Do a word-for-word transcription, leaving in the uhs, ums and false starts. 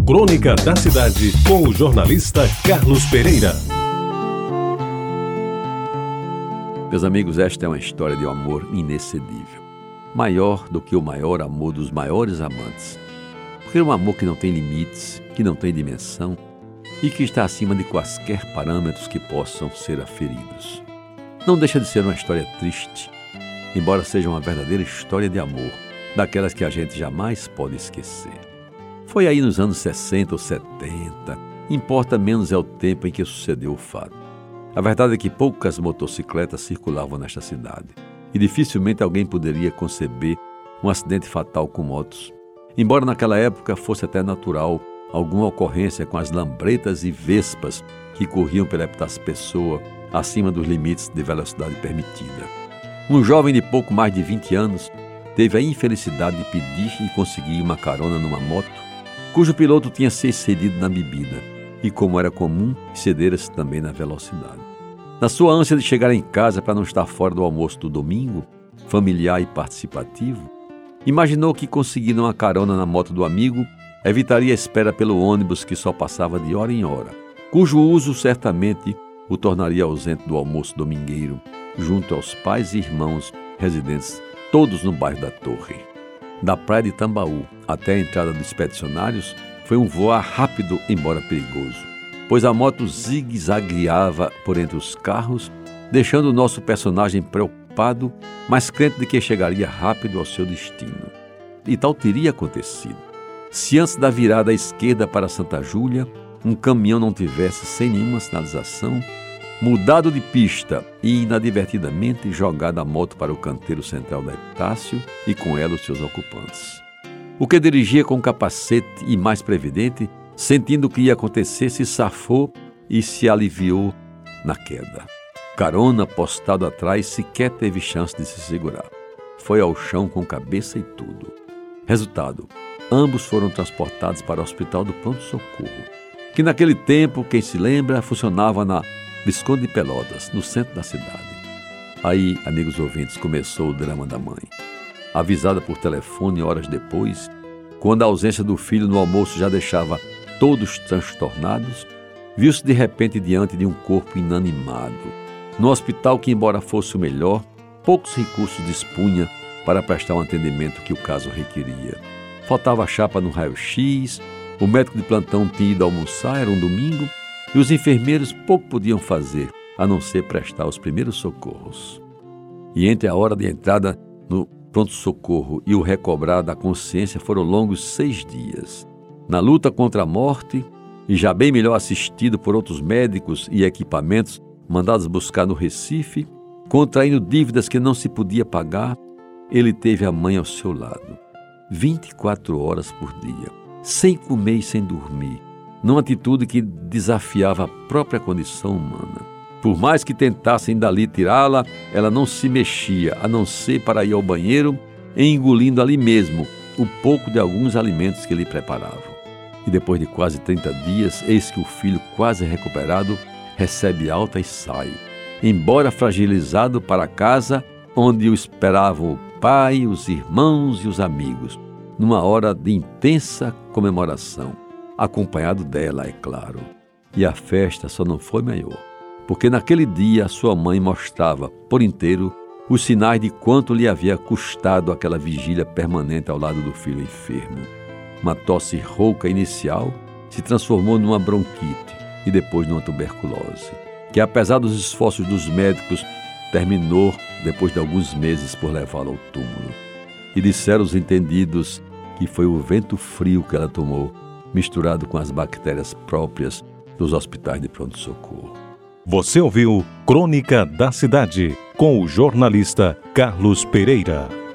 Crônica da Cidade, com o jornalista Carlos Pereira. Meus amigos, esta é uma história de um amor inexcedível. Maior do que o maior amor dos maiores amantes. Porque é um amor que não tem limites, que não tem dimensão e que está acima de quaisquer parâmetros que possam ser aferidos. Não deixa de ser uma história triste, embora seja uma verdadeira história de amor, daquelas que a gente jamais pode esquecer. Foi aí nos anos sessenta ou setenta, importa menos é o tempo em que sucedeu o fato. A verdade é que poucas motocicletas circulavam nesta cidade e dificilmente alguém poderia conceber um acidente fatal com motos, embora naquela época fosse até natural alguma ocorrência com as lambretas e vespas que corriam pela Epitácio Pessoa acima dos limites de velocidade permitida. Um jovem de pouco mais de vinte anos teve a infelicidade de pedir e conseguir uma carona numa moto, cujo piloto tinha se excedido na bebida e, como era comum, cedera-se também na velocidade. Na sua ânsia de chegar em casa para não estar fora do almoço do domingo, familiar e participativo, imaginou que, conseguindo uma carona na moto do amigo, evitaria a espera pelo ônibus que só passava de hora em hora, cujo uso certamente o tornaria ausente do almoço domingueiro, junto aos pais e irmãos residentes, todos no bairro da Torre. Da praia de Tambaú até a entrada dos expedicionários foi um voar rápido, embora perigoso, pois a moto zigue-zagueava por entre os carros, deixando o nosso personagem preocupado, mas crente de que chegaria rápido ao seu destino. E tal teria acontecido, se antes da virada à esquerda para Santa Júlia, um caminhão não tivesse, sem nenhuma sinalização, mudado de pista e inadvertidamente jogado a moto para o canteiro central da Epitácio e com ela os seus ocupantes. O que dirigia com capacete e mais previdente, sentindo o que ia acontecer, se safou e se aliviou na queda. Carona, postado atrás, sequer teve chance de se segurar. Foi ao chão com cabeça e tudo. Resultado, ambos foram transportados para o Hospital do Pronto-Socorro, que naquele tempo, quem se lembra, funcionava na Visconde de Pelotas, no centro da cidade. Aí, amigos ouvintes, começou o drama da mãe. Avisada por telefone horas depois, quando a ausência do filho no almoço já deixava todos transtornados, viu-se de repente diante de um corpo inanimado, no hospital que, embora fosse o melhor, poucos recursos dispunha para prestar um atendimento que o caso requeria. Faltava chapa no raio-x, o médico de plantão tinha ido almoçar, era um domingo, e os enfermeiros pouco podiam fazer, a não ser prestar os primeiros socorros. E entre a hora de entrada no pronto-socorro e o recobrar da consciência foram longos seis dias. Na luta contra a morte, e já bem melhor assistido por outros médicos e equipamentos mandados buscar no Recife, contraindo dívidas que não se podia pagar, ele teve a mãe ao seu lado, vinte e quatro horas por dia, sem comer e sem dormir, numa atitude que desafiava a própria condição humana. Por mais que tentassem dali tirá-la, ela não se mexia, a não ser para ir ao banheiro, engolindo ali mesmo o pouco de alguns alimentos que lhe preparavam. E depois de quase trinta dias, eis que o filho, quase recuperado, recebe alta e sai, embora fragilizado, para casa, onde o esperavam o pai, os irmãos e os amigos, numa hora de intensa comemoração, acompanhado dela, é claro. E a festa só não foi maior, porque naquele dia a sua mãe mostrava, por inteiro, os sinais de quanto lhe havia custado aquela vigília permanente ao lado do filho enfermo. Uma tosse rouca inicial se transformou numa bronquite e depois numa tuberculose, que apesar dos esforços dos médicos, terminou, depois de alguns meses, por levá-la ao túmulo. E disseram os entendidos que foi o vento frio que ela tomou, misturado com as bactérias próprias dos hospitais de pronto-socorro. Você ouviu Crônica da Cidade, com o jornalista Carlos Pereira.